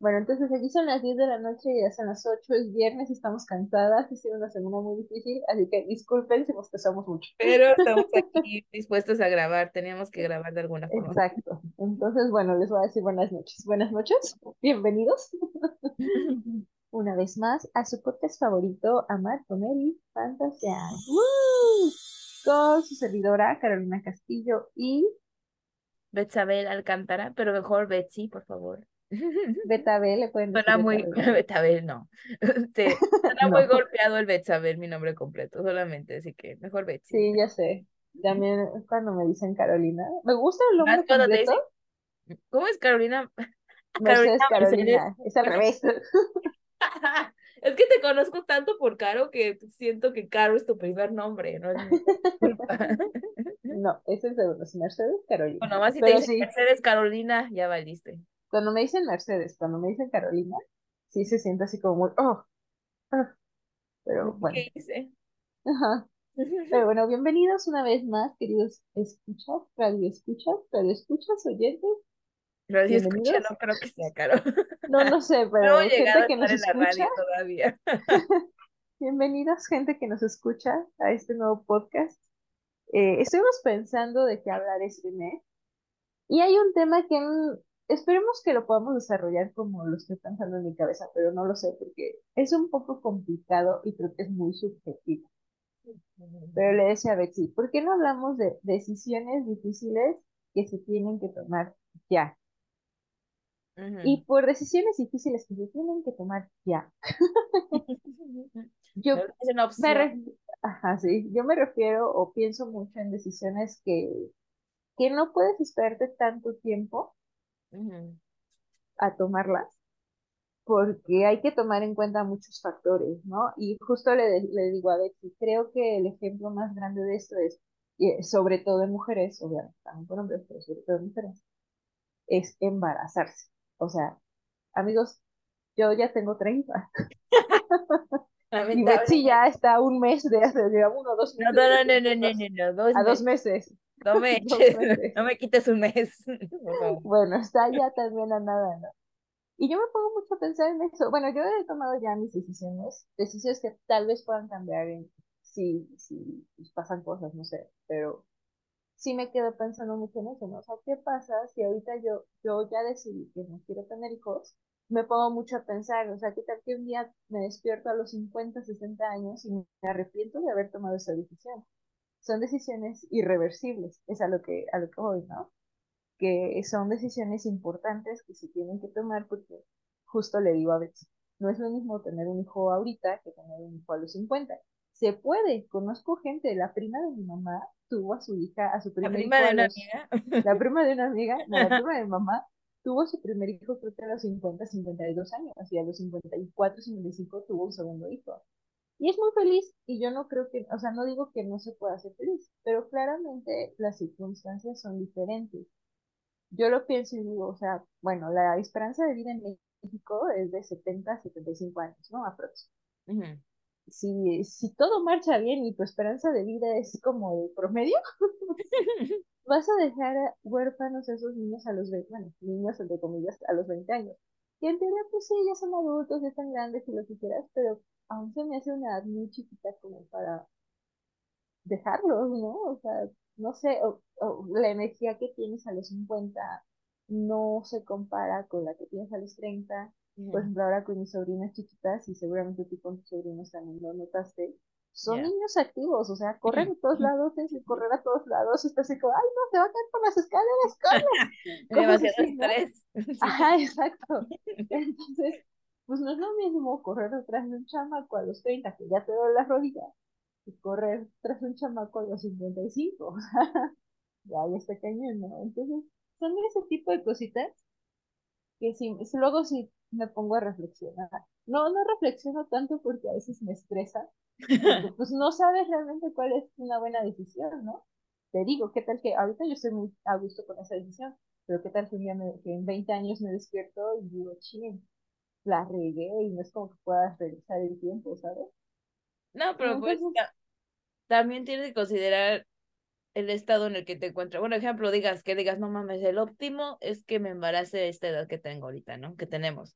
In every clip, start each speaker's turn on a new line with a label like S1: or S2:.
S1: Bueno, entonces aquí son las 10 de la noche y ya son las 8, es viernes, estamos cansadas, ha sido una semana muy difícil, así que disculpen si nos pesamos mucho.
S2: Pero estamos aquí dispuestos a grabar, teníamos que grabar de alguna forma.
S1: Exacto. Entonces, bueno, les voy a decir buenas noches. Buenas noches, bienvenidos una vez más a su podcast favorito, Amar, Comer y Fantasear. ¡Woo! Con su servidora, Carolina Castillo y
S2: Betsabel Alcántara, pero mejor Betsy, por favor.
S1: Betabel, le pueden decir
S2: Suena muy,
S1: Betabel.
S2: Betabel no. Suena muy
S1: No,
S2: golpeado el Betsabel, mi nombre completo, solamente, así que mejor Betsy.
S1: sí, ya sé. También cuando me dicen Carolina, me gusta el
S2: Más
S1: nombre
S2: cuando te
S1: completo.
S2: dicen, ¿cómo es Carolina? Carolina
S1: Mercedes
S2: Mercedes.
S1: Carolina, es al revés.
S2: Es que te conozco tanto por Caro que siento que Caro es tu primer nombre, no es mi culpa.
S1: No, es el segundo, es Mercedes
S2: O
S1: Carolina.
S2: nomás si te
S1: Pero
S2: dicen
S1: sí,
S2: Mercedes Carolina, ya valiste.
S1: cuando me dicen Mercedes, cuando me dicen Carolina, sí se siente así como muy, ah, pero bueno.
S2: ¿Qué hice?
S1: Ajá. Pero bueno, bienvenidos una vez más, queridos radio escuchas, oyentes,
S2: Radio escucha,
S1: bienvenidos.
S2: no creo que sea Caro.
S1: No, no sé,
S2: No he
S1: pero
S2: llegado
S1: gente
S2: a
S1: que
S2: estar
S1: nos
S2: en la
S1: escucha,
S2: radio todavía.
S1: bienvenidos, gente que nos escucha a este nuevo podcast. Estuvimos pensando de qué hablar este mes. Y hay un tema que esperemos que lo podamos desarrollar como lo estoy pensando en mi cabeza, pero no lo sé porque es un poco complicado y creo que es muy subjetivo. Pero le decía a Betsy, ¿por qué no hablamos de decisiones difíciles que se tienen que tomar ya?
S2: Ujú.
S1: Y por decisiones difíciles que se tienen que tomar ya.
S2: No
S1: Yo
S2: es una
S1: me,
S2: opción.
S1: re- Ajá, sí, yo me refiero o pienso mucho en decisiones que no puedes esperarte tanto tiempo
S2: Ujú.
S1: a tomarlas porque hay que tomar en cuenta muchos factores, ¿no? Y justo le digo a Betsy, creo que el ejemplo más grande de esto es, sobre todo en mujeres, obviamente también con hombres, pero sobre todo en mujeres, es embarazarse. O sea, amigos, yo ya tengo 30 y Betsy
S2: Lamentablemente.
S1: ya está a un mes de 1 o 2 meses
S2: No, no,
S1: de
S2: no, no, no, no,
S1: cumplirlos,
S2: no, no, 2 meses.
S1: 2 meses,
S2: No me
S1: 2
S2: eches,
S1: meses.
S2: no me quites un mes, por favor.
S1: Bueno, está ya también a nada, ¿no? Y yo me pongo mucho a pensar en eso. Bueno, yo he tomado ya mis decisiones, decisiones que tal vez puedan cambiar si pues, pasan cosas, no sé, pero sí me quedo pensando mucho en eso, ¿no? O sea, ¿qué pasa si ahorita yo ya decidí que no quiero tener hijos? Me pongo mucho a pensar, o sea, ¿qué tal que un día me despierto a los 50 60 años y me arrepiento de haber tomado esa decisión? Son decisiones irreversibles, es a lo que voy, ¿no? Que son decisiones importantes que se tienen que tomar porque justo le digo a veces, no es lo mismo tener un hijo ahorita que tener un hijo a los 50. Se puede, conozco gente, la prima de mi mamá tuvo a su hija, a su
S2: La
S1: primer
S2: prima
S1: hijo
S2: de
S1: a
S2: una
S1: los,
S2: amiga.
S1: la prima de una amiga, no, la prima de mi mamá tuvo a su primer hijo creo que a los 50 52 años y a los 54 55 tuvo un segundo hijo. Y es muy feliz y yo no creo que, o sea, no digo que no se pueda ser feliz, pero claramente las circunstancias son diferentes. Yo lo pienso y digo, o sea, bueno, la esperanza de vida en México es de 70 a 75 años, ¿no? Aproximadamente.
S2: Ujú.
S1: Si todo marcha bien y tu esperanza de vida es como el promedio, vas a dejar huérfanos a esos niños a los 20, bueno, niños entre comillas, a los 20 años. Y en teoría, pues sí, ya son adultos, ya están grandes y lo que quieras, pero aún se me hace una edad muy chiquita como para dejarlos, ¿no? O sea, no sé, o la energía que tienes a los 50 no se compara con la que tienes a los 30. Por
S2: Ujú.
S1: ejemplo, ahora con mis sobrinas chiquitas, y seguramente tú con tus sobrinos también lo notaste, son
S2: Ya.
S1: niños activos, o sea, corren a todos lados, tienes que correr a todos lados, estás así como, ay, no, se va a caer por las escaleras, corre, cosas
S2: Demasiado
S1: así, ¿no?
S2: estrés. Sí.
S1: Ajá, exacto. Entonces, pues no es lo mismo correr detrás de un chamaco a los 30 que ya te duele la rodilla y correr tras un chamaco a los 55. Ya está cañón, ¿no? Entonces, son ese tipo de cositas que luego sí me pongo a reflexionar. No, no reflexiono tanto porque a veces me estresa, porque pues no sabes realmente cuál es una buena decisión, ¿no? Te digo, ¿qué tal que ahorita yo estoy muy a gusto con esa decisión, pero qué tal que un día que en 20 años me despierto y digo, ching, la regué y no es como que puedas regresar el tiempo, ¿sabes?
S2: No, pero pues
S1: Entonces,
S2: también tienes que considerar el estado en el que te encuentras. Bueno, ejemplo, digas, no mames, el óptimo es que me embarace a esta edad que tengo ahorita, ¿no? Que tenemos.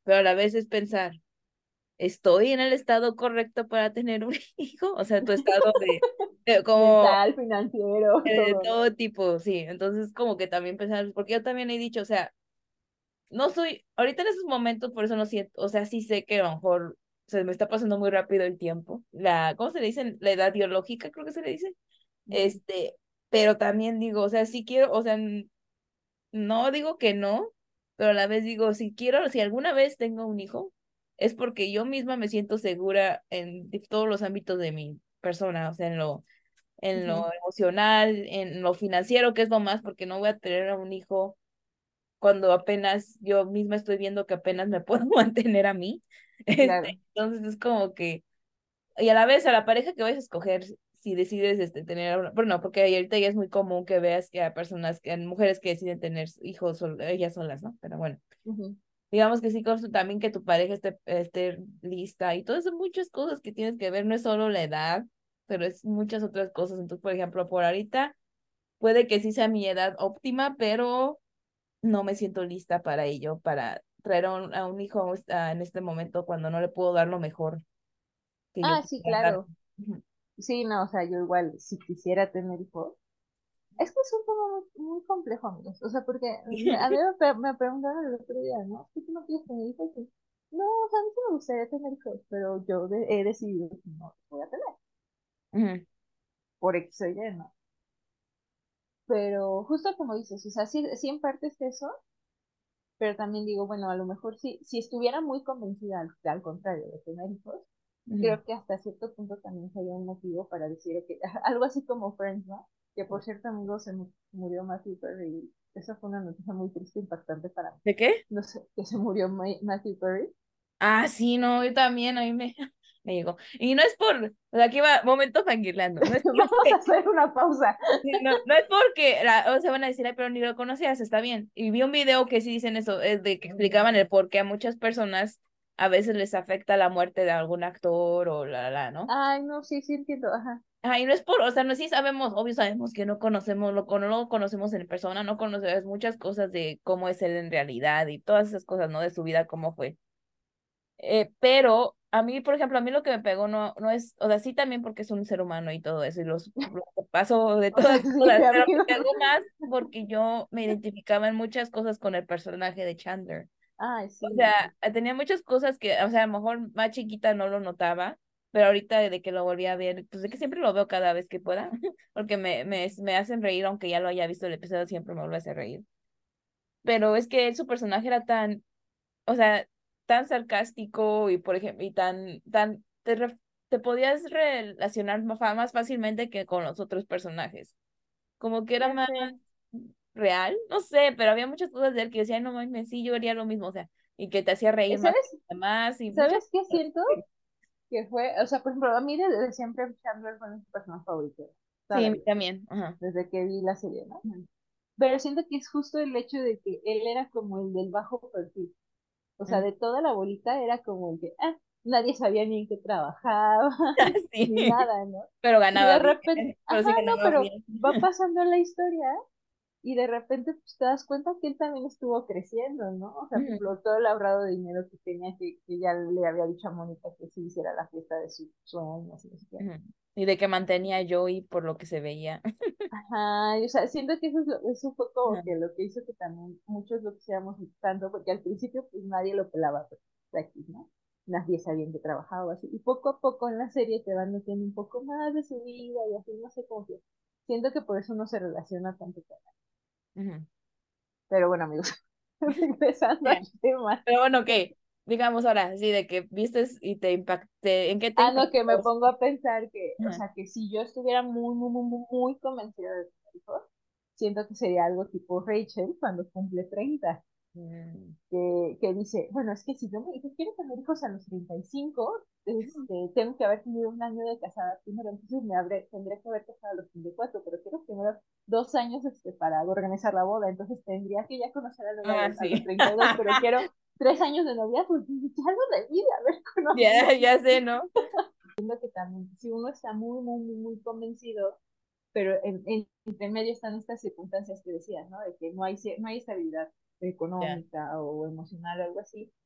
S2: pero a la vez es pensar, ¿estoy en el estado correcto para tener un hijo? O sea, tu estado como
S1: Mental, financiero,
S2: de
S1: todo, ¿no?
S2: todo tipo, sí. Entonces, como que también pensar, porque yo también he dicho, o sea, no soy, ahorita en esos momentos, por eso no siento, o sea, sí sé que a lo mejor se me está pasando muy rápido el tiempo. ¿Cómo se le dice? La edad biológica, creo que se le dice.
S1: Ujú,
S2: Pero también digo, o sea, sí quiero, o sea, no digo que no, pero a la vez digo, si quiero, si alguna vez tengo un hijo, es porque yo misma me siento segura en todos los ámbitos de mi persona, o sea, en lo
S1: ujú,
S2: emocional, en lo financiero, que es lo más, porque no voy a tener a un hijo cuando apenas yo misma estoy viendo que apenas me puedo mantener a mí.
S1: claro.
S2: Entonces es como que, y a la vez a la pareja que vayas a escoger, si decides tener, bueno, porque ahorita ya es muy común que veas que hay personas, que hay mujeres que deciden tener hijos ellas solas, ¿no? Pero bueno,
S1: Ujú.
S2: digamos que sí, también que tu pareja esté lista y todas son muchas cosas que tienes que ver, no es solo la edad, pero es muchas otras cosas. Entonces, por ejemplo, por ahorita puede que sí sea mi edad óptima, pero no me siento lista para ello, para traer a un hijo en este momento cuando no le puedo dar lo mejor que yo
S1: Ah, sí,
S2: pudiera dar.
S1: claro. Sí, no, o sea, yo igual, si quisiera tener hijos, es que es un tema muy complejo, amigos. O sea, porque a mí me preguntaron el otro día, ¿no? ¿Es que tú no quieres tener hijos? Y, no, o sea, a mí sí me gustaría tener hijos, pero yo he decidido que no los voy a tener,
S2: Ujú,
S1: por X o Y, ¿no? Pero justo como dices, o sea, sí, sí en parte es eso, pero también digo, bueno, a lo mejor sí, si estuviera muy convencida al contrario de tener hijos,
S2: ujú.
S1: creo que hasta cierto punto también sería un motivo para decir que algo así como Friends, ¿no? Que por cierto, amigo, murió Matthew Perry. Y esa fue una noticia muy triste, impactante para mí.
S2: ¿De qué?
S1: No sé, que se murió Matthew Perry.
S2: Ah, sí, no, yo también, a mí me llegó. Y no es o sea, aquí va, momento fangirlando, no es
S1: Vamos a
S2: porque,
S1: hacer una pausa.
S2: no es porque, o sea, van a decir, "Ay, pero ni lo conocías, está bien". Y vi un video que sí dicen eso, es de que explicaban el por qué a muchas personas a veces les afecta la muerte de algún actor o ¿no?
S1: Ay, no, sí, sí entiendo, ajá.
S2: Ay, no es o sea, no sí sabemos, obvio sabemos que no conocemos, no lo conocemos en persona, no conocemos muchas cosas de cómo es él en realidad y todas esas cosas, ¿no? De su vida, cómo fue. Pero a mí, por ejemplo, a mí lo que me pegó no es, o sea, sí también porque es un ser humano y todo eso, y lo que pasó de
S1: O sea,
S2: todas las
S1: sí,
S2: cosas, pero me
S1: amigo.
S2: pegó más porque yo me identificaba en muchas cosas con el personaje de Chandler.
S1: Ay,
S2: O
S1: sí.
S2: sea, tenía muchas cosas que, o sea, a lo mejor más chiquita no lo notaba, pero ahorita de que lo volví a ver, pues de que siempre lo veo cada vez que pueda, porque me hacen reír, aunque ya lo haya visto el episodio, siempre me vuelve a hacer reír. Pero es que su personaje era tan, o sea, tan sarcástico y, por ejemplo, y te podías relacionar más fácilmente que con los otros personajes. Como que era
S1: Ya
S2: más
S1: sé.
S2: real, no sé, pero había muchas cosas de él que decía, "Ay, no mames, sí, yo haría lo mismo", o sea, y que te hacía reír más que
S1: ¿Sabes?
S2: los demás y muchas
S1: ¿Sabes qué
S2: cosas.
S1: siento? Que fue, o sea, por ejemplo, a mí desde siempre Chandler fue mi personaje favorito, toda
S2: Sí,
S1: la
S2: a mí
S1: vida,
S2: también, ajá.
S1: desde que vi la serie, ¿no?
S2: Ujú,
S1: Pero siento que es justo el hecho de que él era como el del bajo perfil. O sea,
S2: ujú.
S1: de toda la bolita era como el que, nadie sabía ni en qué trabajaba,
S2: Sí,
S1: ni nada, ¿no?
S2: pero
S1: Y de
S2: ganaba bien,
S1: repente,
S2: pero
S1: ajá,
S2: sí
S1: no,
S2: ganaba
S1: pero
S2: bien.
S1: va pasando la historia y de repente pues, te das cuenta que él también estuvo creciendo, ¿no? O sea, por
S2: Ujú,
S1: ejemplo, todo el ahorrado de dinero que tenía, que ya le había dicho a Mónica que sí hiciera la fiesta de sus sueños y no sé qué.
S2: ujú. Y de que mantenía a Joey por lo que se veía.
S1: Ajá, y, o sea, siento que eso fue como
S2: Ajá.
S1: que lo que hizo que también muchos lo quisiéramos tanto, porque al principio pues nadie lo pelaba pues, de aquí, ¿no? Nadie sabía en qué trabajaba así. Y poco a poco en la serie te van metiendo un poco más de su vida y así, no sé cómo que. Siento que por eso no se relaciona tanto con él.
S2: Ujú.
S1: Pero bueno, amigos, regresando al
S2: Ya.
S1: tema.
S2: Pero bueno, ok, digamos ahora, sí, de que vistes y te impacté, ¿en qué te
S1: Ah, no, que me
S2: impactó?
S1: pongo a pensar que, o
S2: Ajá.
S1: sea, que si yo estuviera muy convencida de tener hijos, siento que sería algo tipo Rachel cuando cumple 30
S2: Mm.
S1: que dice, bueno, es que si yo me dije, quiero tener hijos a los 35 tengo que haber tenido un año de casada primero, entonces tendría que haber casado a los 34 pero quiero primero 2 años para organizar la boda, entonces tendría que ya conocer al novio
S2: Ah,
S1: a los
S2: sí.
S1: 32 pero quiero 3 años de novia, pues ya lo debí de haber
S2: Ya,
S1: conocido.
S2: ya sé, ¿no?
S1: Siento que también, si uno está muy convencido, pero entre medio están estas circunstancias que decías, ¿no? De que no hay estabilidad
S2: Ya.
S1: económica o emocional o algo así,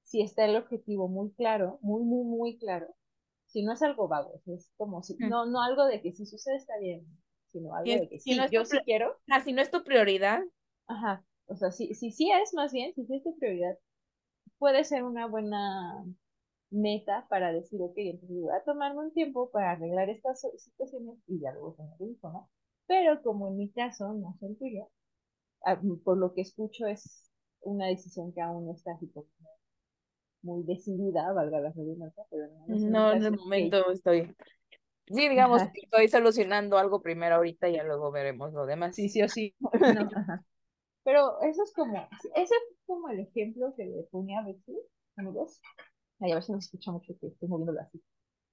S1: si está el objetivo muy claro, muy, muy, muy claro, si no es algo vago, es como si,
S2: Mm.
S1: no algo de que si sucede está bien, sino algo de que
S2: Si no
S1: sí,
S2: es
S1: yo sí quiero,
S2: si no es tu prioridad.
S1: ajá, o sea, si sí es más bien, si sí es tu prioridad, puede ser una buena meta para decir, ok, entonces voy a tomarme un tiempo para arreglar estas situaciones y ya luego tener un hijo, ¿no? Pero como en mi caso, no es el tuyo, por lo que escucho es una decisión que aún no está así como muy decidida, valga la redundancia, pero no es en mi
S2: No, en el
S1: caso, que,
S2: momento estoy. Sí, digamos
S1: ajá,
S2: que estoy solucionando algo primero ahorita y ya luego veremos lo
S1: sí,
S2: demás.
S1: sí o sí, no, ajá. Pero eso es como, ese es como el ejemplo que le ponía a Betsy, amigos. Ay, a ver si no se escucha mucho que estoy moviendo así.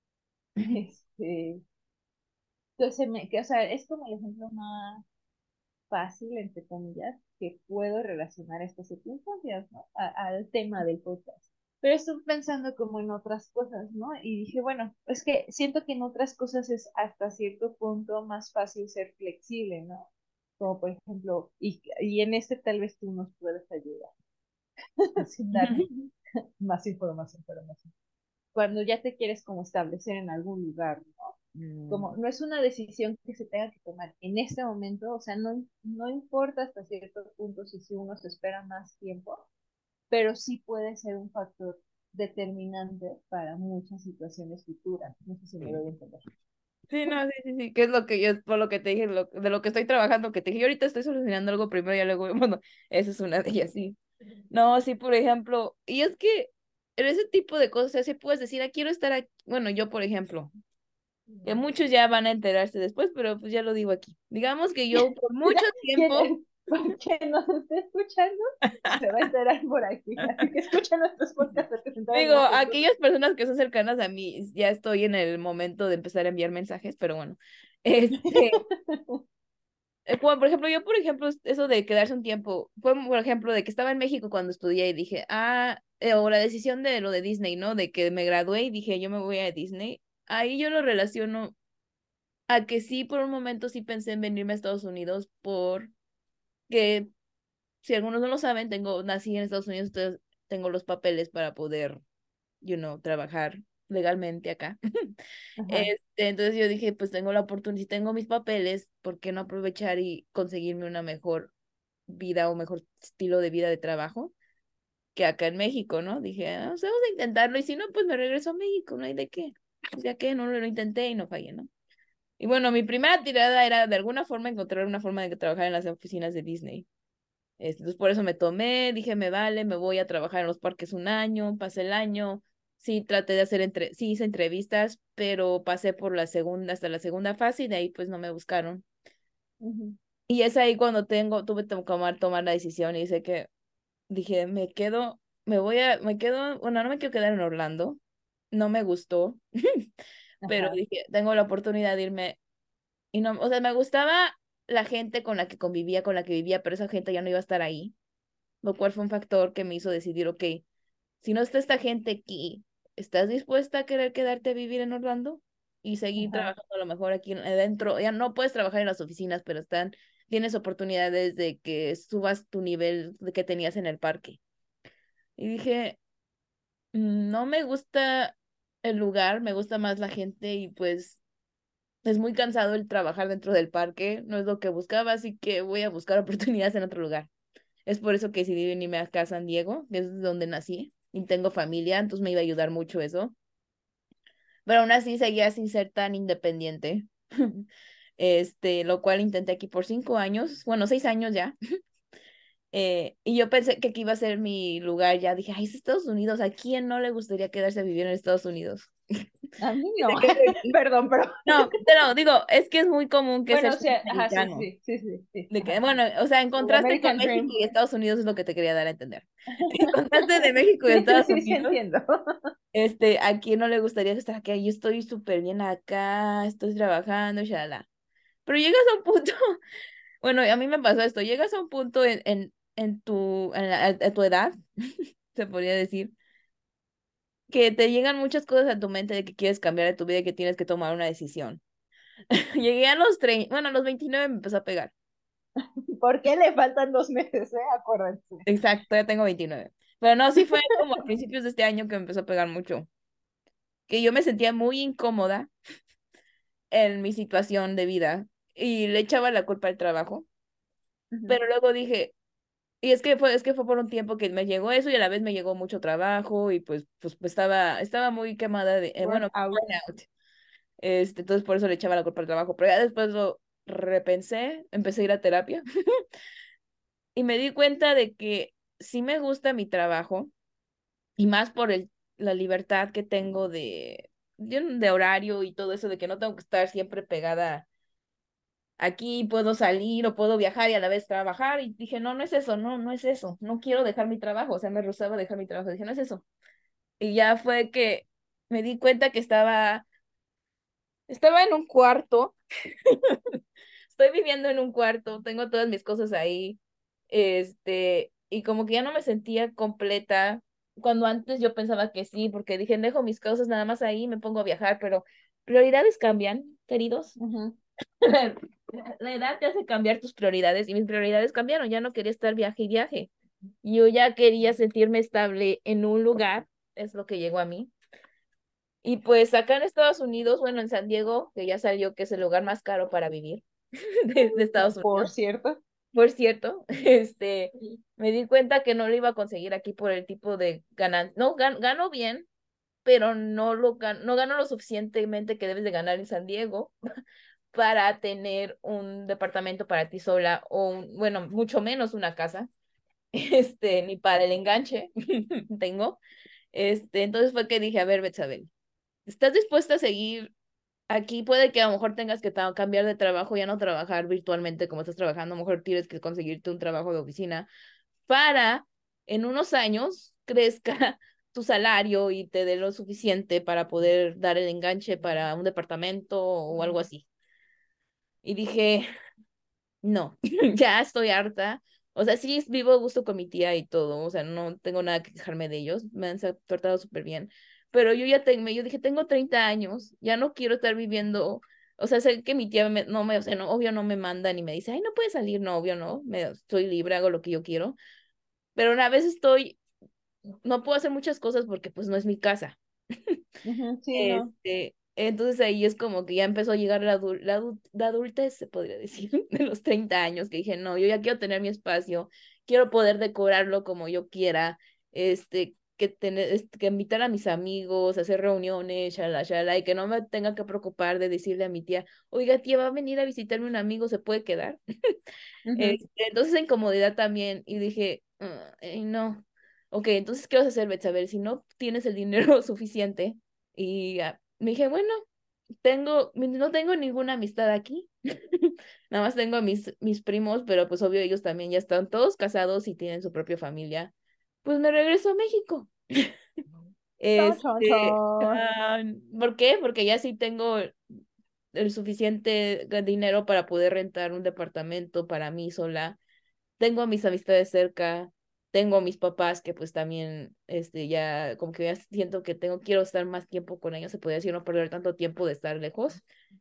S1: Este, entonces, o sea, es como el ejemplo más fácil, entre comillas, que puedo relacionar estas circunstancias, ¿no? Al tema del podcast. Pero estoy pensando como en otras cosas, ¿no? Y dije, bueno, es que siento que en otras cosas es hasta cierto punto más fácil ser flexible, ¿no? Como por ejemplo, y en este tal vez tú nos puedes ayudar sin dar más información, pero más. Cuando ya te quieres como establecer en algún lugar, ¿no? Como
S2: Mm.
S1: no es una decisión que se tenga que tomar en este momento, o sea, no importa hasta cierto punto si uno se espera más tiempo, pero sí puede ser un factor determinante para muchas situaciones futuras. No sé si me doy a entender.
S2: Sí, no, sí, sí, sí, que es lo que yo, por lo que te dije, de lo que estoy trabajando, que te dije, yo ahorita estoy solucionando algo primero y ya luego, bueno, esa es una de ellas, sí. No, sí, por ejemplo, y es que en ese tipo de cosas, sí puedes decir, ah, quiero estar aquí, bueno, yo, por ejemplo, que muchos ya van a enterarse después, pero pues ya lo digo aquí. Digamos que yo por
S1: Ya,
S2: mucho tiempo,
S1: quien nos esté escuchando se va a enterar por aquí. Así que escucha nuestros podcasts representados
S2: digo,
S1: nosotros.
S2: aquellas personas que son cercanas a mí, ya estoy en el momento de empezar a enviar mensajes, pero bueno, como por ejemplo, yo, por ejemplo, eso de quedarse un tiempo, fue por ejemplo de que estaba en México cuando estudié y dije, o la decisión de lo de Disney, ¿no? De que me gradué y dije, yo me voy a Disney. Ahí yo lo relaciono a que sí, por un momento sí pensé en venirme a Estados Unidos porque, si algunos no lo saben, nací en Estados Unidos, entonces tengo los papeles para poder, trabajar legalmente acá.
S1: Ajá.
S2: Entonces yo dije, pues tengo la oportunidad, si tengo mis papeles, ¿por qué no aprovechar y conseguirme una mejor vida o mejor estilo de vida de trabajo que acá en México, ¿no? Dije, o sea, vamos a intentarlo y si no, pues me regreso a México, no hay de qué. Pues ya que no lo intenté y no fallé, ¿no? Y bueno, mi primera tirada era de alguna forma encontrar una forma de trabajar en las oficinas de Disney. Entonces por eso me tomé, dije, me vale, me voy a trabajar en los parques un año, pasé el año, sí, traté de hacer, sí, hice entrevistas, pero pasé por hasta la segunda fase y de ahí pues no me buscaron.
S1: Ujú.
S2: Y es ahí cuando tuve que tomar la decisión y dice que dije, me quedo, bueno, no me quiero quedar en Orlando, no me gustó, pero
S1: Ajá.
S2: dije, tengo la oportunidad de irme y no, o sea, me gustaba la gente con la que convivía, con la que vivía, pero esa gente ya no iba a estar ahí, lo cual fue un factor que me hizo decidir, ok, si no está esta gente aquí, ¿estás dispuesta a querer quedarte a vivir en Orlando y seguir
S1: Ajá.
S2: trabajando a lo mejor aquí adentro? Ya no puedes trabajar en las oficinas, pero tienes oportunidades de que subas tu nivel de que tenías en el parque. Y dije, No me gusta el lugar, me gusta más la gente y pues es muy cansado el trabajar dentro del parque, no es lo que buscaba, así que voy a buscar oportunidades en otro lugar. Es por eso que decidí venirme acá a San Diego, que es donde nací y tengo familia, entonces me iba a ayudar mucho eso. Pero aún así seguía sin ser tan independiente. Lo cual intenté aquí por 5 años, bueno, 6 años ya. Y yo pensé que aquí iba a ser mi lugar, ya dije, ay, es Estados Unidos, ¿a quién no le gustaría quedarse a vivir en Estados Unidos?
S1: A mí
S2: Desde
S1: no.
S2: que crecí.
S1: Perdón, pero.
S2: No, pero digo, es que es muy común que sea
S1: Bueno, o sea, ajá, sí,
S2: americano.
S1: sí, sí, sí, sí,
S2: De que,
S1: ajá.
S2: bueno, o sea, en
S1: El
S2: contraste con
S1: American
S2: México
S1: Dream.
S2: y Estados Unidos es lo que te quería dar a entender. En contraste de México y
S1: Sí,
S2: Estados
S1: sí, sí,
S2: Unidos,
S1: entiendo.
S2: ¿a quién no le gustaría estar aquí? Yo estoy súper bien acá, estoy trabajando, shalala. Pero llegas a un punto, bueno, a mí me pasó esto, llegas a un punto a tu edad, se podría decir, que te llegan muchas cosas a tu mente de que quieres cambiar de tu vida y que tienes que tomar una decisión. Llegué a los 30, bueno, a los 29 me empezó a pegar.
S1: ¿Por qué le faltan 2 meses, Acuérdense.
S2: Exacto, ya tengo 29. Pero no, sí fue como a principios de este año que me empezó a pegar mucho, que yo me sentía muy incómoda en mi situación de vida y le echaba la culpa al trabajo,
S1: Ujú.
S2: pero luego dije, y es que fue por un tiempo que me llegó eso y a la vez me llegó mucho trabajo y pues estaba muy quemada de, bueno,
S1: Burnout.
S2: burnout. Entonces por eso le echaba la culpa al trabajo, pero ya después lo repensé, empecé a ir a terapia y me di cuenta de que sí me gusta mi trabajo y más por la libertad que tengo de horario y todo eso, de que no tengo que estar siempre pegada aquí, puedo salir o puedo viajar y a la vez trabajar. Y dije, no, no es eso, no, no es eso, no quiero dejar mi trabajo, o sea, me rehusaba dejar mi trabajo, dije, no es eso. Y ya fue que me di cuenta que estaba en un cuarto, estoy viviendo en un cuarto, tengo todas mis cosas ahí, y como que ya no me sentía completa, cuando antes yo pensaba que sí, porque dije, dejo mis cosas nada más ahí, me pongo a viajar, pero prioridades cambian, queridos.
S1: Ujú,
S2: La edad te hace cambiar tus prioridades y mis prioridades cambiaron, ya no quería estar viaje y viaje. Yo ya quería sentirme estable en un lugar, es lo que llegó a mí. Y pues acá en Estados Unidos, bueno, en San Diego, que ya salió que es el lugar más caro para vivir de Estados
S1: por
S2: Unidos.
S1: cierto.
S2: Por cierto, me di cuenta que no lo iba a conseguir aquí por el tipo de ganancia. No, gano bien, pero no gano lo suficientemente que debes de ganar en San Diego para tener un departamento para ti sola o, bueno, mucho menos una casa, ni para el enganche tengo. Entonces fue que dije, a ver, Betsabel, ¿estás dispuesta a seguir aquí? Puede que a lo mejor tengas que cambiar de trabajo, ya no trabajar virtualmente como estás trabajando, a lo mejor tienes que conseguirte un trabajo de oficina para en unos años crezca tu salario y te dé lo suficiente para poder dar el enganche para un departamento o algo así. Y dije, no, ya estoy harta. O sea, sí vivo a gusto con mi tía y todo, o sea, no tengo nada que quejarme de ellos, me han tratado súper bien, pero yo ya tengo, yo dije, tengo 30 años, ya no quiero estar viviendo, o sea, sé que mi tía no me, o sea, no, obvio no me manda ni me dice, ay, no puedes salir, no, obvio no, estoy libre, hago lo que yo quiero, pero una vez no puedo hacer muchas cosas porque pues no es mi casa.
S1: Ujú, sí, no.
S2: Entonces ahí es como que ya empezó a llegar la adultez, se podría decir, de los 30 años, que dije, no, yo ya quiero tener mi espacio, quiero poder decorarlo como yo quiera, que invitar a mis amigos, hacer reuniones, shala, shala, y que no me tenga que preocupar de decirle a mi tía, oiga, tía, va a venir a visitarme un amigo, ¿se puede quedar?
S1: Ujú,
S2: Entonces esa incomodidad también, y dije, no, ok, entonces, ¿qué vas a hacer, Betsabel? Si no tienes el dinero suficiente, y me dije, bueno, no tengo ninguna amistad aquí, nada más tengo a mis primos, pero pues obvio ellos también ya están todos casados y tienen su propia familia, pues me regreso a México.
S1: chon, chon, chon.
S2: Ah, ¿Por qué? Porque ya sí tengo el suficiente dinero para poder rentar un departamento para mí sola. Tengo a mis amistades cerca, tengo a mis papás que pues también, ya como que ya siento que quiero estar más tiempo con ellos, se podría decir, no perder tanto tiempo de estar lejos.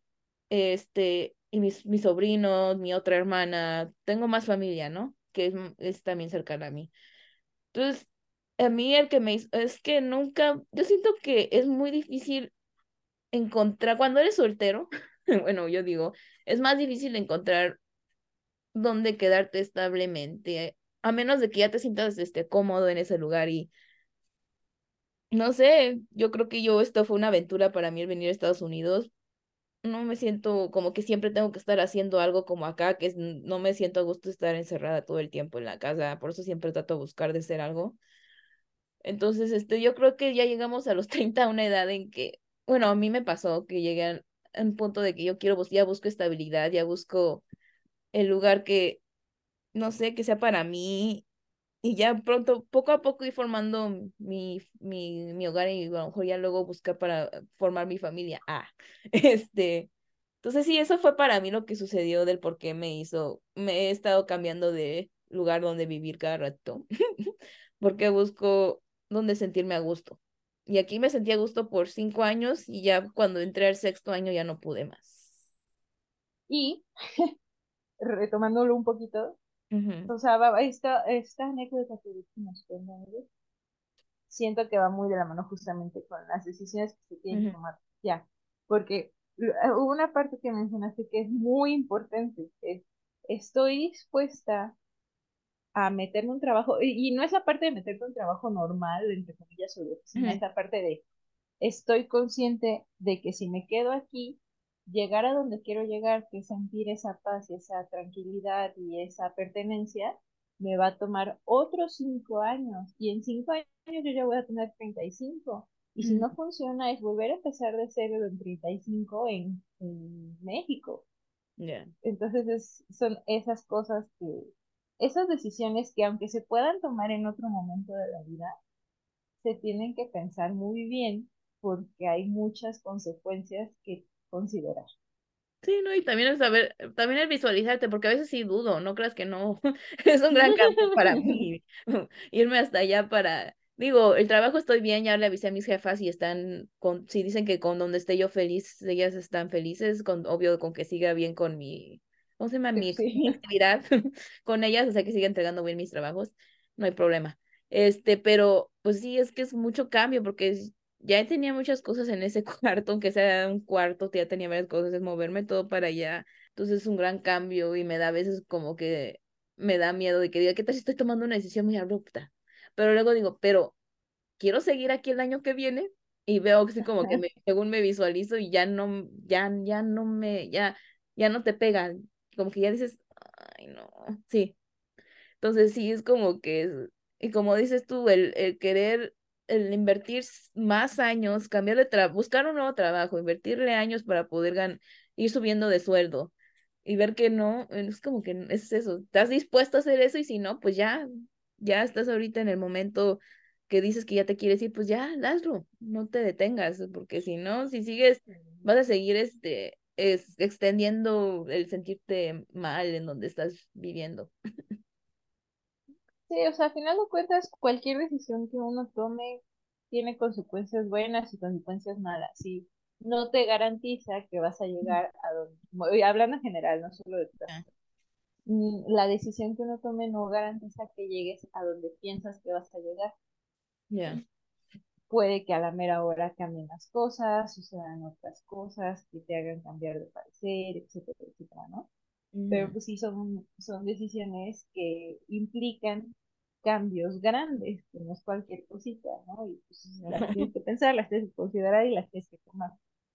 S2: Y mis sobrinos, mi otra hermana, tengo más familia, ¿no? Que es también cercana a mí. Entonces, a mí el que me hizo, es que nunca, yo siento que es muy difícil encontrar, cuando eres soltero, bueno, yo digo, es más difícil encontrar dónde quedarte establemente, a menos de que ya te sientas cómodo en ese lugar y no sé, yo creo que esto fue una aventura para mí el venir a Estados Unidos. No me siento como que siempre tengo que estar haciendo algo como acá, no me siento a gusto estar encerrada todo el tiempo en la casa, por eso siempre trato de buscar de hacer algo. Entonces, yo creo que ya llegamos a los 30 a una edad en que, bueno, a mí me pasó que llegué a un punto de que yo ya busco estabilidad, ya busco el lugar que, no sé, que sea para mí y ya pronto, poco a poco ir formando mi hogar y a lo mejor ya luego buscar para formar mi familia. Entonces sí, eso fue para mí lo que sucedió del por qué me he estado cambiando de lugar donde vivir cada rato, porque busco donde sentirme a gusto. Y aquí me sentí a gusto por 5 años y ya cuando entré al sexto año ya no pude más.
S1: Y retomándolo un poquito,
S2: Ujú.
S1: o sea, esta anécdota que nos cuenta, ¿no? siento que va muy de la mano justamente con las decisiones que se tienen que
S2: Ujú,
S1: tomar ya, porque hubo una parte que mencionaste que es muy importante, es, estoy dispuesta a meterme un trabajo, y no es la parte de meterte un trabajo normal, entre comillas, o de oficina,
S2: ujú,
S1: es la parte de estoy consciente de que si me quedo aquí, llegar a donde quiero llegar, que es sentir esa paz y esa tranquilidad y esa pertenencia, me va a tomar otros 5 años. Y en 5 años yo ya voy a tener 35. Y si
S2: ujú.
S1: no funciona, es volver a empezar de cero en 35 en México.
S2: Ya.
S1: Entonces son esas cosas esas decisiones que aunque se puedan tomar en otro momento de la vida, se tienen que pensar muy bien porque hay muchas consecuencias que considerar.
S2: Sí, no, y también el saber, también el visualizarte, porque a veces sí dudo, no creas que no, es un gran cambio para mí, irme hasta allá para, digo, el trabajo estoy bien, ya le avisé a mis jefas y están con, si dicen que con donde esté yo feliz, ellas están felices, con, obvio, con que siga bien con mi, ¿cómo se llama? Mi
S1: Sí.
S2: actividad con ellas, o sea, que siga entregando bien mis trabajos, no hay problema. Pero, pues sí, es que es mucho cambio, porque ya tenía muchas cosas en ese cuarto, aunque sea un cuarto, ya tenía varias cosas, es moverme todo para allá. Entonces es un gran cambio y me da a veces como que me da miedo de que diga, ¿qué tal si estoy tomando una decisión muy abrupta? Pero luego digo, pero quiero seguir aquí el año que viene y veo así como que según me visualizo y ya no ya no te pega, como que ya dices, ay, no, sí. Entonces sí, es como que, y como dices tú, el querer, el invertir más años, cambiar de trabajo, buscar un nuevo trabajo, invertirle años para poder ir subiendo de sueldo y ver que no, es como que es eso, estás dispuesto a hacer eso y si no, pues ya estás ahorita en el momento que dices que ya te quieres ir, pues ya, hazlo, no te detengas, porque si no, si sigues, vas a seguir extendiendo el sentirte mal en donde estás viviendo.
S1: Sí, o sea, al final de cuentas, cualquier decisión que uno tome tiene consecuencias buenas y consecuencias malas. Y no te garantiza que vas a llegar a donde, hablando en general, no solo de tu caso,
S2: Ya,
S1: la decisión que uno tome no garantiza que llegues a donde piensas que vas a llegar.
S2: ya.
S1: Puede que a la mera hora cambien las cosas, sucedan otras cosas que te hagan cambiar de parecer, etcétera, etcétera, ¿no? Pero
S2: Ujú.
S1: pues sí son decisiones que implican cambios grandes, que no es cualquier cosita, ¿no? Y pues las tienes que pensar, las tienes que considerar y las tienes que tomar.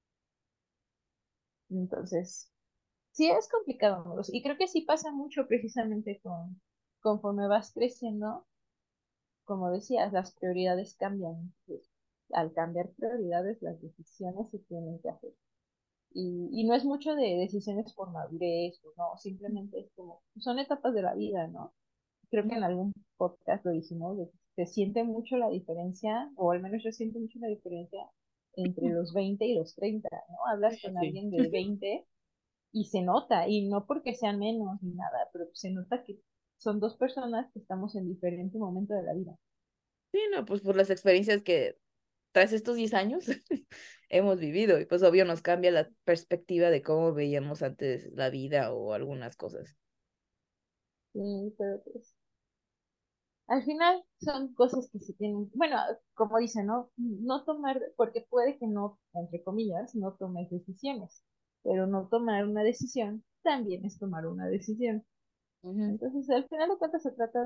S1: Entonces, sí es complicado, amigos. Y creo que sí pasa mucho precisamente conforme vas creciendo, como decías, las prioridades cambian. Pues, al cambiar prioridades, las decisiones se tienen que hacer. Y no es mucho de decisiones por madurez, o no, simplemente es como, son etapas de la vida, ¿no? Creo que en algún podcast lo dijimos, de que se siente mucho la diferencia, o al menos yo siento mucho la diferencia entre los 20 y los 30, ¿no? Hablas con
S2: Sí.
S1: alguien de 20 y se nota, y no porque sean menos ni nada, pero se nota que son dos personas que estamos en diferente momento de la vida.
S2: Sí, no, pues por las experiencias que tras estos 10 años hemos vivido y pues obvio nos cambia la perspectiva de cómo veíamos antes la vida o algunas cosas.
S1: Sí, pero pues al final son cosas que se tienen, bueno, como dicen, ¿no? No tomar, porque puede que no, entre comillas, no tomes decisiones, pero no tomar una decisión también es tomar una decisión.
S2: Ujú.
S1: Entonces, al final de cuentas se trata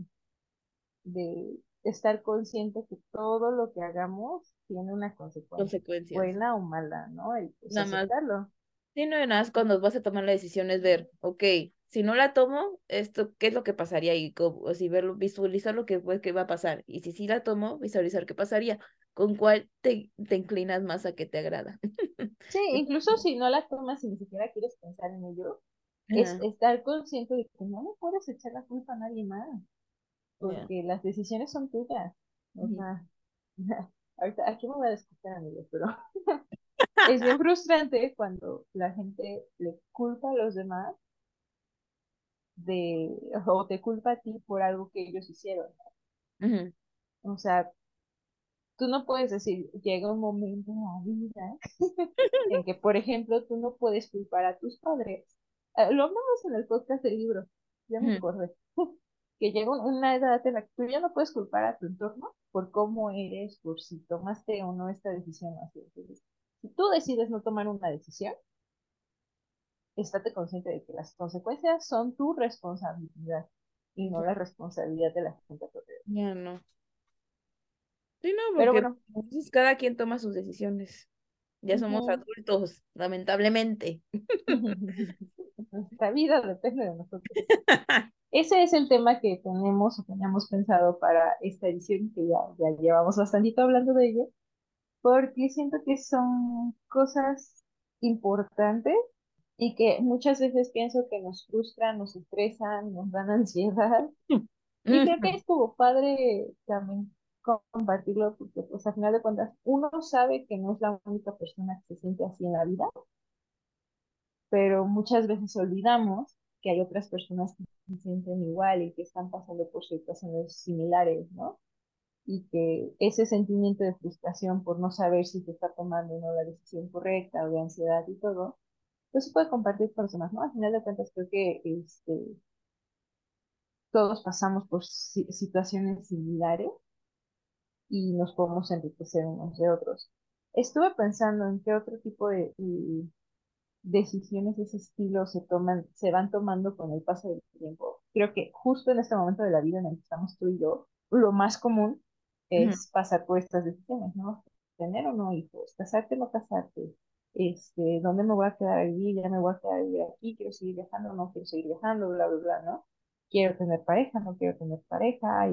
S1: de estar consciente que todo lo que hagamos tiene una consecuencia,
S2: Consecuencias.
S1: buena o mala, ¿no? Y pues
S2: Nada más,
S1: aceptarlo.
S2: sí, no, y nada más cuando vas a tomar la decisión es ver, ok, si no la tomo, esto, ¿qué es lo que pasaría? Y o si verlo, visualizar lo que, pues, que va a pasar. Y si sí la tomo, visualizar qué pasaría. ¿Con cuál te inclinas más a que te agrada?
S1: Sí, incluso si no la tomas y ni siquiera quieres pensar en ello, es
S2: Ajá,
S1: estar consciente de que no le puedes echar la culpa a nadie más,
S2: ya.
S1: porque las decisiones son tuyas. O
S2: Ujú.
S1: sea, ahorita aquí me voy a disculpar, amigos, pero es bien frustrante cuando la gente le culpa a los demás o te culpa a ti por algo que ellos hicieron.
S2: Ujú.
S1: O sea, tú no puedes decir, llega un momento en la vida en que, por ejemplo, tú no puedes culpar a tus padres. Lo hablamos en el podcast del libro, ya me
S2: Ujú.
S1: acordé. que llega una edad en la que tú ya no puedes culpar a tu entorno por cómo eres, por si tomaste o no esta decisión. Así. Entonces, si tú decides no tomar una decisión, estate consciente de que las consecuencias son tu responsabilidad y no la responsabilidad de la gente a tu alrededor.
S2: Ya no. Sí, no,
S1: Pero
S2: porque
S1: bueno,
S2: pues, cada quien toma sus decisiones. Ya somos
S1: ujú.
S2: adultos, lamentablemente.
S1: Nuestra vida depende de nosotros. Ese es el tema que tenemos o teníamos pensado para esta edición, que ya llevamos bastantito hablando de ello, porque siento que son cosas importantes y que muchas veces pienso que nos frustran, nos estresan, nos dan ansiedad. Y creo que
S2: Ujú.
S1: es como padre también compartirlo, porque pues al final de cuentas uno sabe que no es la única persona que se siente así en la vida, pero muchas veces olvidamos que hay otras personas que se sienten igual y que están pasando por situaciones similares, ¿no? Y que ese sentimiento de frustración por no saber si se está tomando o no la decisión correcta o de ansiedad y todo, pues se puede compartir con los demás, ¿no? Al final de cuentas creo que todos pasamos por situaciones similares y nos podemos enriquecer unos de otros. Estuve pensando en qué otro tipo de decisiones de ese estilo se van tomando con el paso del tiempo. Creo que justo en este momento de la vida en el que estamos tú y yo, lo más común
S2: Ujú.
S1: es pasar por estas decisiones, ¿no? Tener o no hijos, casarte o no casarte, dónde me voy a quedar a vivir, ya me voy a quedar a vivir aquí, quiero seguir viajando, no quiero seguir viajando, bla, bla, bla, ¿no? Quiero tener pareja, no quiero tener pareja,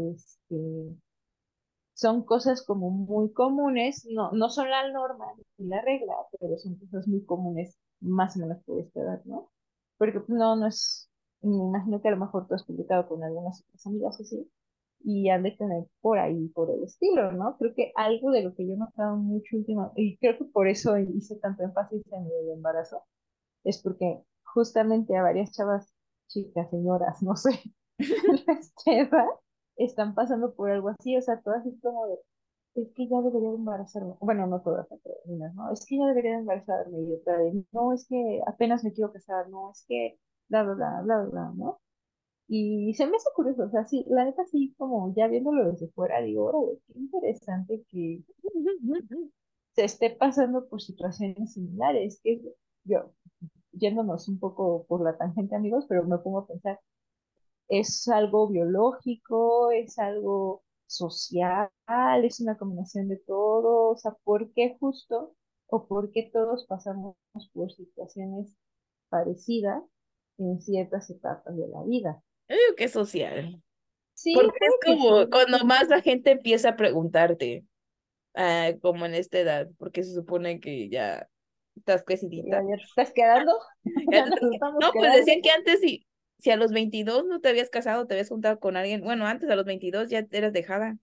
S1: son cosas como muy comunes, no son la norma ni la regla, pero son cosas muy comunes más o menos por esta edad, ¿no? Porque pues, no es, me imagino que a lo mejor tú has publicado con algunas otras amigas así, y han de tener por ahí, por el estilo, ¿no? Creo que algo de lo que yo he notado mucho últimamente, y creo que por eso hice tanto énfasis en el embarazo, es porque justamente a varias chavas, chicas, señoras, no sé, de nuestra edad, están pasando por algo así, o sea, todas es como de, es que ya debería de embarazarme, bueno, no todas, pero unas, ¿no? Es que ya debería de embarazarme, y otra de, no, es que apenas me quiero casar, no, es que, bla, bla, bla, bla, bla, ¿no? Y se me hace curioso, o sea, sí, la neta sí, como ya viéndolo desde fuera, digo, órale, qué interesante que se esté pasando por situaciones similares, que yo, yéndonos un poco por la tangente, amigos, pero me pongo a pensar, es algo biológico, es algo social, es una combinación de todo, o sea, ¿por qué justo o por qué todos pasamos por situaciones parecidas en ciertas etapas de la vida?
S2: Yo digo que es social.
S1: Sí,
S2: Porque es
S1: puede que
S2: como
S1: sí.
S2: cuando más la gente empieza a preguntarte, como en esta edad, porque se supone que ya estás
S1: Ya,
S2: crecidita.
S1: ya te estás quedando,
S2: Ya
S1: ya
S2: te
S1: nos
S2: estás
S1: estamos
S2: No, pues
S1: quedando.
S2: decían que antes si a los 22 no te habías casado, te habías juntado con alguien. Bueno, antes a los 22 ya eras dejada.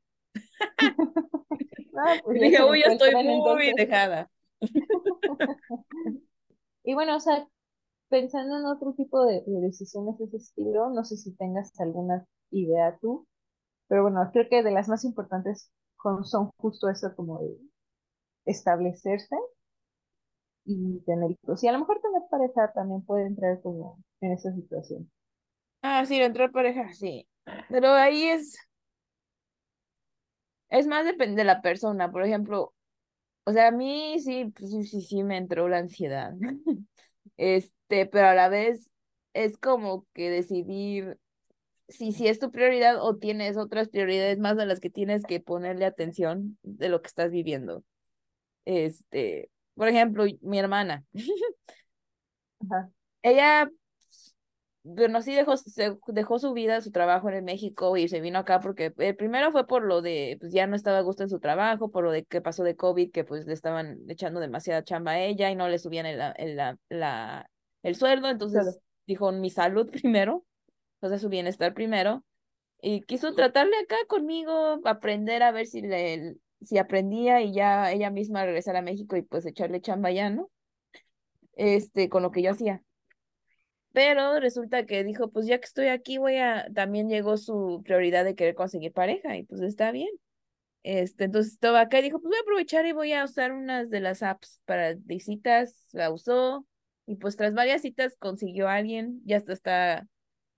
S1: Ah, pues
S2: Y
S1: ya
S2: dije,
S1: se
S2: uy,
S1: nos
S2: ya
S1: fue el
S2: estoy
S1: tren
S2: muy
S1: entonces.
S2: dejada.
S1: Y bueno, o sea, pensando en otro tipo de decisiones de ese estilo, no sé si tengas alguna idea tú, pero bueno, creo que de las más importantes son justo eso como de establecerse y tener hijos. Y a lo mejor tener pareja también puede entrar como en esa situación.
S2: Ah, sí, entrar pareja, sí. Pero ahí es más depende de la persona. Por ejemplo, o sea, a mí sí, pues, sí me entró la ansiedad. Pero a la vez es como que decidir si es tu prioridad o tienes otras prioridades más a las que tienes que ponerle atención de lo que estás viviendo. Por ejemplo, mi hermana,
S1: Ajá,
S2: ella, bueno, sí dejó su vida, su trabajo en México y se vino acá porque primero fue por lo de, pues ya no estaba a gusto en su trabajo, por lo de que pasó de COVID, que pues le estaban echando demasiada chamba a ella y no le subían el sueldo,
S1: solo.
S2: entonces dijo mi salud primero, entonces su bienestar primero. Y quiso tratarle acá conmigo, aprender a ver si aprendía y ya ella misma regresar a México y pues echarle chamba allá, ¿no? Con lo que yo hacía. Pero resulta que dijo, pues ya que estoy aquí, también llegó su prioridad de querer conseguir pareja y pues está bien. Entonces estaba acá y dijo, pues voy a aprovechar y voy a usar unas de las apps para de citas, la usó y pues tras varias citas consiguió a alguien, ya hasta está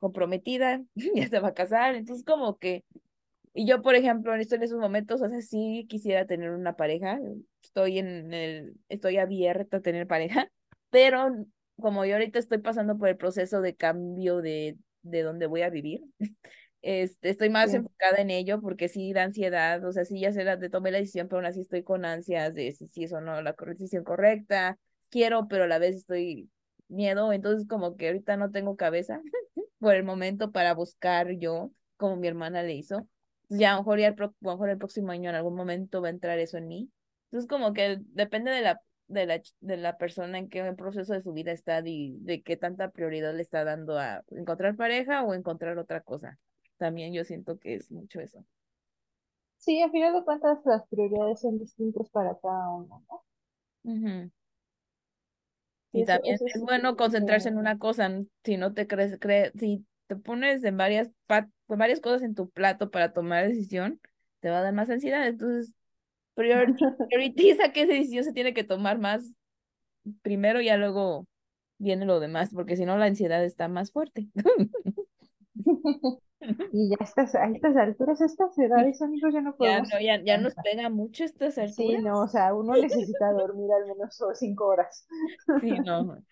S2: comprometida, ya se va a casar, entonces como que, y yo, por ejemplo, estoy en esos momentos, o sea, sí quisiera tener una pareja, estoy abierta a tener pareja, pero como yo ahorita estoy pasando por el proceso de cambio de dónde voy a vivir, estoy más
S1: Sí.
S2: enfocada en ello porque sí da ansiedad, o sea, sí ya tomé la decisión, pero aún así estoy con ansias de si es o no la decisión correcta, quiero, pero a la vez estoy miedo, entonces como que ahorita no tengo cabeza por el momento para buscar yo, como mi hermana le hizo. Ya a lo mejor, a lo mejor el próximo año en algún momento va a entrar eso en mí. Entonces como que depende de la persona en qué proceso de su vida está y de qué tanta prioridad le está dando a encontrar pareja o encontrar otra cosa. También yo siento que es mucho eso.
S1: Sí, al final de cuentas las prioridades son distintas para cada uno, ¿no?
S2: Ujú.
S1: Y
S2: Y también
S1: eso
S2: es
S1: sí
S2: bueno
S1: es
S2: concentrarse en
S1: como...
S2: una cosa, si no te si te pones en varias cosas en tu plato para tomar decisión, te va a dar más ansiedad. Entonces, prioritiza qué decisión se tiene que tomar más primero y ya luego viene lo demás, porque si no la ansiedad está más fuerte.
S1: Y ya a estas alturas, a estas edades, amigos, ya no
S2: Ya
S1: podemos
S2: no, ya nos
S1: descansar.
S2: pega mucho estas
S1: Sí,
S2: alturas.
S1: no, o sea, uno necesita dormir al menos 5 horas.
S2: Sí, no.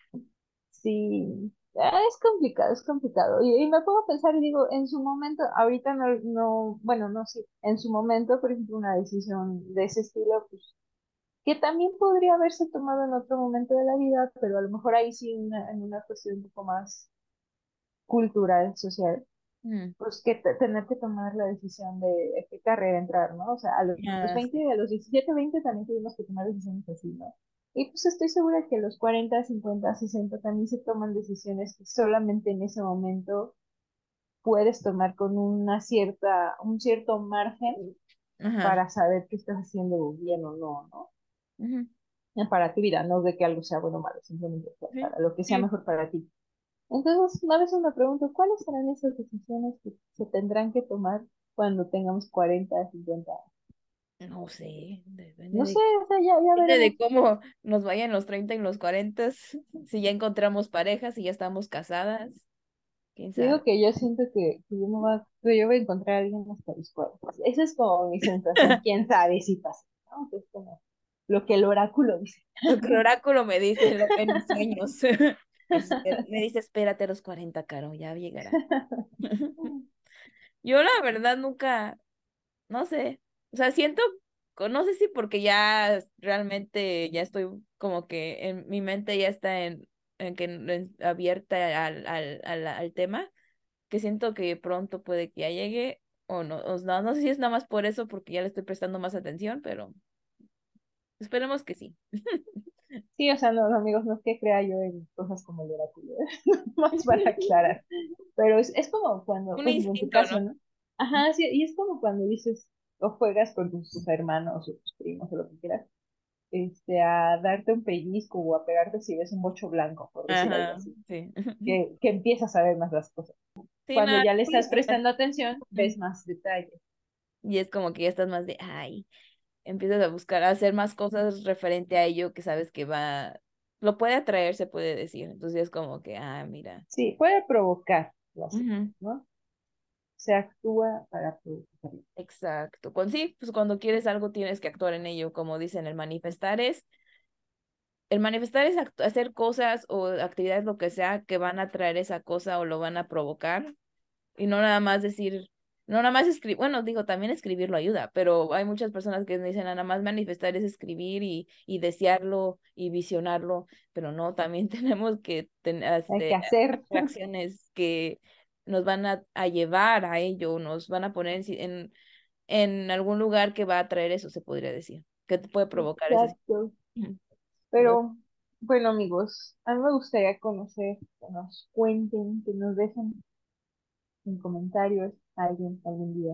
S1: Sí, es complicado, es complicado. Y me pongo a pensar y digo, en su momento, ahorita no, no, bueno, no sé, en su momento, por ejemplo, una decisión de ese estilo, pues, que también podría haberse tomado en otro momento de la vida, pero a lo mejor ahí sí en una cuestión un poco más cultural, social,
S2: Mm,
S1: pues que tener que tomar la decisión de qué carrera entrar, ¿no? O sea, a los
S2: ya
S1: 20 a los 17 20 también tuvimos que tomar decisiones así, ¿no? Y pues estoy segura que a los 40 50 60 también se toman decisiones que solamente en ese momento puedes tomar con un cierto margen
S2: ajá.
S1: para saber que estás haciendo bien o no, ¿no?
S2: Ujú.
S1: Para tu vida, no de que algo sea bueno o malo, simplemente
S2: Sí,
S1: para lo que sea
S2: sí.
S1: mejor para ti. Entonces, a veces me pregunto, ¿cuáles serán esas decisiones que se tendrán que tomar cuando tengamos 40 50 años?
S2: No sé,
S1: No sé, o sea, ya
S2: depende de
S1: veremos.
S2: cómo nos vayan los 30 y los 40, si ya encontramos pareja, si ya estamos casadas, quién
S1: Te digo
S2: sabe.
S1: que yo siento que yo voy a encontrar a alguien hasta los 40. Esa es como mi sensación. Quién sabe si pasa, ¿no? Es como lo que el oráculo dice.
S2: Lo que el oráculo me dice en mis sueños. Me dice, espérate a los 40, Caro, ya llegará. Yo la verdad nunca, no sé, o sea, siento, no sé si porque ya realmente ya estoy como que en mi mente ya está abierta al tema, que siento que pronto puede que ya llegue o no, no sé si es nada más por eso, porque ya le estoy prestando más atención, pero esperemos que sí.
S1: Sí, o sea, no, no, amigos, no es que crea yo en cosas como el oráculo, ¿eh? Más para aclarar. Pero es como cuando,
S2: Un
S1: por ejemplo, en tu
S2: instinto, ¿no?
S1: caso, ¿no? Ajá, sí, y es como cuando dices, o juegas con tus hermanos o tus primos o lo que quieras, a darte un pellizco o a pegarte si ves un bocho blanco, por decir algo
S2: Ajá,
S1: así,
S2: sí.
S1: que empiezas a ver más las cosas.
S2: Sí,
S1: Cuando
S2: nada,
S1: ya le
S2: puede
S1: estás
S2: ser.
S1: prestando atención,
S2: Ujú.
S1: ves más detalles.
S2: Y es como que ya estás más de, ay, empiezas a buscar, a hacer más cosas referente a ello que sabes que lo puede atraer, se puede decir. Entonces es como que, ah, mira.
S1: Sí, puede provocar las cosas,
S2: Ujú.
S1: ¿no? Se actúa para provocar.
S2: Exacto. Sí, pues cuando quieres algo tienes que actuar en ello, como dicen, el manifestar es hacer cosas o actividades, lo que sea, que van a traer esa cosa o lo van a provocar. Y no nada más decir, no nada más escribir, bueno, digo, también escribirlo ayuda, pero hay muchas personas que dicen, "Ah, nada más manifestar es escribir y desearlo y visionarlo, pero no, también tenemos que
S1: Hay que hacer.
S2: hacer acciones que nos van a llevar a ello, nos van a poner en algún lugar que va a traer eso, se podría decir, que te puede provocar esa
S1: Exacto.
S2: situación. Entonces,
S1: Pero, bueno, amigos, a mí me gustaría conocer, que nos cuenten, que nos dejen en comentarios alguien algún día.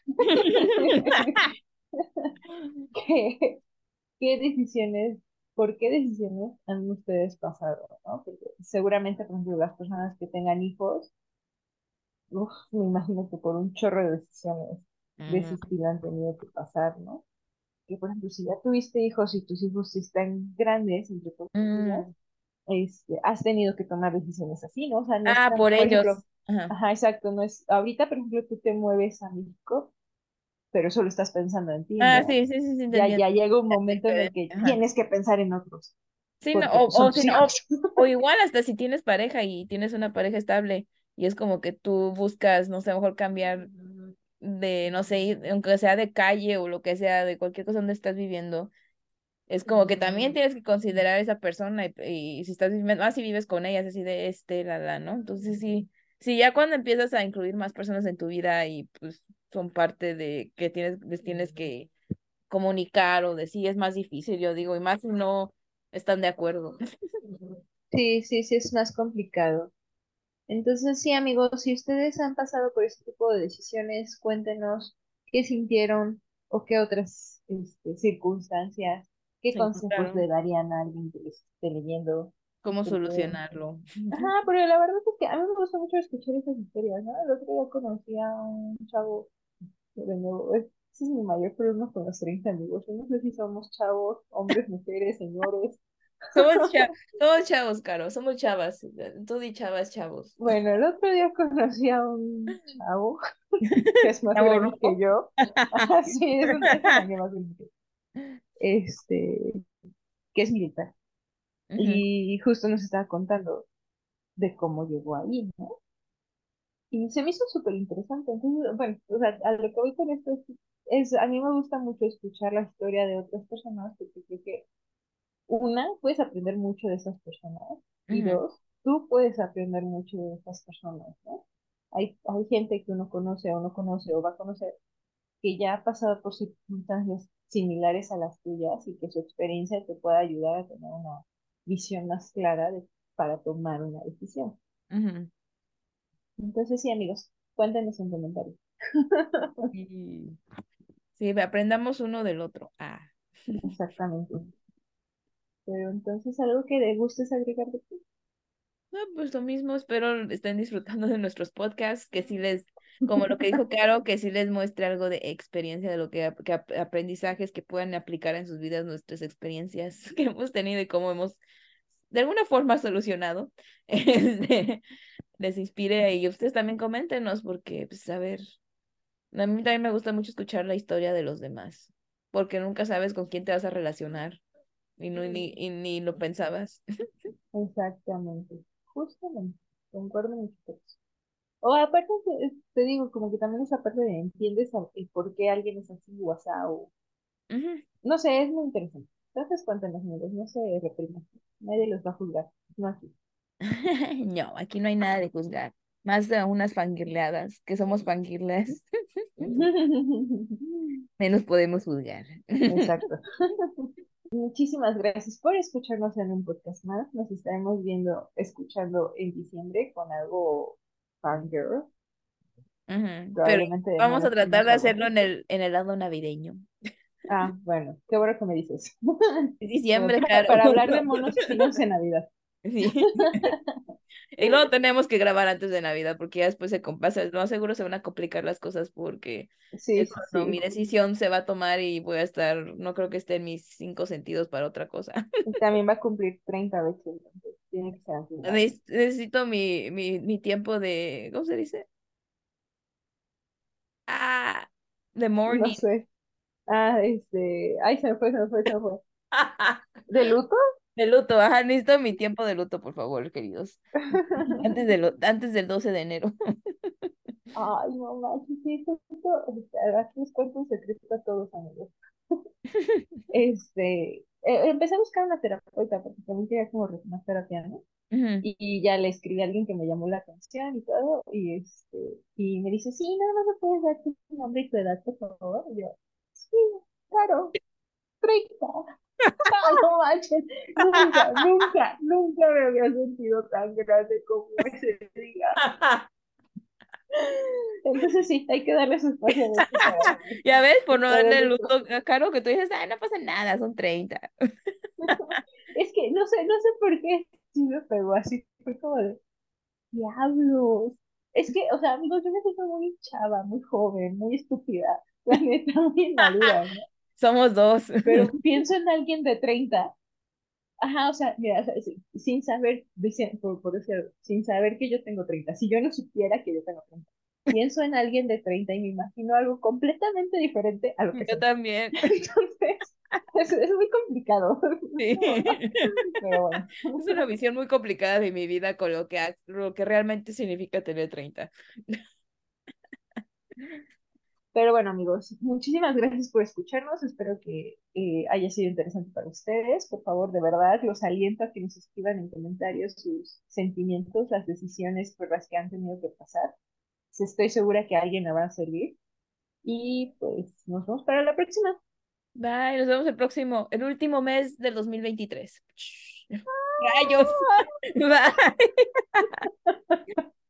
S1: ¿Qué, qué decisiones, por qué decisiones han ustedes pasado, ¿no? Porque seguramente, por ejemplo, las personas que tengan hijos, uf, me imagino que por un chorro de decisiones de ese
S2: Ujú,
S1: estilo han tenido que pasar, ¿no? Que, por ejemplo, si ya tuviste hijos y tus hijos están grandes, entre comillas,
S2: ujú.
S1: has tenido que tomar decisiones así, ¿no? O sea, no es
S2: Ah,
S1: como,
S2: por
S1: por ejemplo,
S2: ellos. Ajá.
S1: Ajá, exacto, no es, ahorita, por ejemplo, tú te mueves a México, pero solo estás pensando en ti,
S2: Ah,
S1: ¿no?
S2: sí, sí, sí, sí, te
S1: Ya
S2: entiendo.
S1: llega un
S2: Es
S1: momento en el
S2: diferente.
S1: que
S2: Ajá.
S1: tienes que pensar en otros,
S2: Sí, no,
S1: porque pues, son
S2: o,
S1: tus
S2: si no, o,
S1: hijos.
S2: o igual hasta si tienes pareja y tienes una pareja estable y es como que tú buscas, no sé, a lo mejor cambiar de, no sé, aunque sea de calle o lo que sea, de cualquier cosa donde estás viviendo, es como que también tienes que considerar a esa persona y si estás viviendo, más si vives con ellas, así de ¿no? Entonces sí, sí, ya cuando empiezas a incluir más personas en tu vida y pues son parte de que les tienes que comunicar o decir, es más difícil, yo digo, y más si no están de acuerdo.
S1: Sí, sí, sí, es más complicado. Entonces, sí, amigos, si ustedes han pasado por este tipo de decisiones, cuéntenos qué sintieron o qué otras circunstancias, qué
S2: Sí,
S1: consejos
S2: claro.
S1: le darían a alguien que les esté leyendo.
S2: ¿Cómo
S1: Porque,
S2: solucionarlo?
S1: ajá, pero la verdad es que a mí me gusta mucho escuchar esas historias, ¿no? El otro día conocí a un chavo, de nuevo, ese es mi mayor problema con los 30 amigos. Yo no sé si somos chavos, hombres, mujeres, señores.
S2: Somos chavos, Caro, somos chavas. Tú di chavas, chavos.
S1: Bueno, el otro día conocí a un chavo que es más
S2: Chavo
S1: grande que
S2: ruco.
S1: yo. Sí, es un año más grande que yo. Este, que es militar.
S2: Ujú,
S1: Y justo nos estaba contando de cómo llegó ahí, ¿no? Y se me hizo súper interesante. Entonces, bueno, o sea, a lo que voy con esto a mí me gusta mucho escuchar la historia de otras personas, porque creo que una, puedes aprender mucho de esas personas, y
S2: ujú,
S1: dos, tú puedes aprender mucho de esas personas, ¿no? Hay gente que uno conoce o va a conocer que ya ha pasado por circunstancias similares a las tuyas y que su experiencia te pueda ayudar a tener una visión más clara para tomar una decisión.
S2: ujú.
S1: Entonces, sí, amigos, cuéntenos en comentarios.
S2: Y sí, aprendamos uno del otro. Ah.
S1: Exactamente. Pero entonces, algo que le gustes agregar de ti.
S2: No, pues lo mismo, espero estén disfrutando de nuestros podcasts, que sí les, como lo que dijo Caro, que sí les muestre algo de experiencia, de lo aprendizajes que puedan aplicar en sus vidas, nuestras experiencias que hemos tenido y cómo hemos de alguna forma solucionado. Les inspire y ustedes también coméntenos, porque, pues, a ver, a mí también me gusta mucho escuchar la historia de los demás, porque nunca sabes con quién te vas a relacionar y, no, ni lo pensabas.
S1: Exactamente. Justamente. Concuerdo mucho con eso. O aparte, te digo, como que también esa parte de entiendes el por qué alguien es así, WhatsApp, o
S2: Ujú.
S1: no sé, es muy interesante. Entonces, cuéntanos, amigos, no se repriman. Nadie los va a juzgar, no aquí.
S2: No, aquí no hay nada de juzgar. Más de unas fangirleadas, que somos fangirles, menos podemos juzgar.
S1: Exacto. Muchísimas gracias por escucharnos en un podcast más. Nos estaremos viendo, escuchando en diciembre con algo fangirl.
S2: Ujú. Pero
S1: Probablemente no
S2: vamos a tratar
S1: elegimos
S2: de
S1: algo
S2: hacerlo
S1: así.
S2: en el lado navideño.
S1: Ah, bueno, qué bueno que me dices. Como
S2: Diciembre,
S1: para,
S2: claro.
S1: para hablar de monos chinos en Navidad.
S2: Sí. Y luego tenemos que grabar antes de Navidad porque ya después pasa, no seguro se van a complicar las cosas porque
S1: Sí,
S2: es
S1: sí,
S2: cuando mi
S1: sí.
S2: decisión se va a tomar y voy a estar, no creo que esté en mis cinco sentidos para otra cosa.
S1: Y también va a cumplir 30 veces, entonces tiene que ser antes de Navidad.
S2: Necesito mi tiempo de, ¿cómo se dice? Ah, the
S1: No
S2: morning.
S1: sé. Ah, ay, se me fue. ¿De luto?
S2: De luto, ajá, necesito mi tiempo de luto, por favor, queridos. Antes del 12 de enero.
S1: Ay, no manches, sí, justo, aquí les cuento un secreto a todos, amigos. Empecé a buscar una terapeuta porque también quería como retomar terapia, ¿no?
S2: Ujú.
S1: Y ya le escribí a alguien que me llamó la atención y todo, y me dice, sí, nada más me puedes dar tu nombre y tu edad, por favor. Y yo, sí, claro, 30. Ah, no manches, nunca me había sentido tan grande como ese día. Entonces sí, hay que darle su espacio a este para
S2: Ya ves, por no
S1: estar de
S2: darle el
S1: luto.
S2: luto a Caro, que tú dices, ay, no pasa nada, son 30.
S1: Es que no sé por qué sí me pegó así, fue como de diablos. Es que, o sea, amigos, yo me siento muy chava, muy joven, muy estúpida, la neta, muy inmadura, ¿no?
S2: Somos dos.
S1: Pero pienso en alguien de 30 Ajá, o sea, mira, o sea, sin saber, por decir, sin saber que yo tengo 30 si yo no supiera que yo tengo 30 pienso en alguien de 30 y me imagino algo completamente diferente a lo que
S2: Yo
S1: soy.
S2: también.
S1: Entonces, es muy complicado.
S2: Sí.
S1: Pero bueno.
S2: Es una visión muy complicada de mi vida con lo que realmente significa tener 30.
S1: Pero bueno, amigos, muchísimas gracias por escucharnos. Espero que haya sido interesante para ustedes. Por favor, de verdad, los aliento a que nos escriban en comentarios sus sentimientos, las decisiones por las que han tenido que pasar. Estoy segura que a alguien le va a servir. Y pues nos vemos para la próxima.
S2: Bye, nos vemos el último mes del 2023. Rayos. Bye.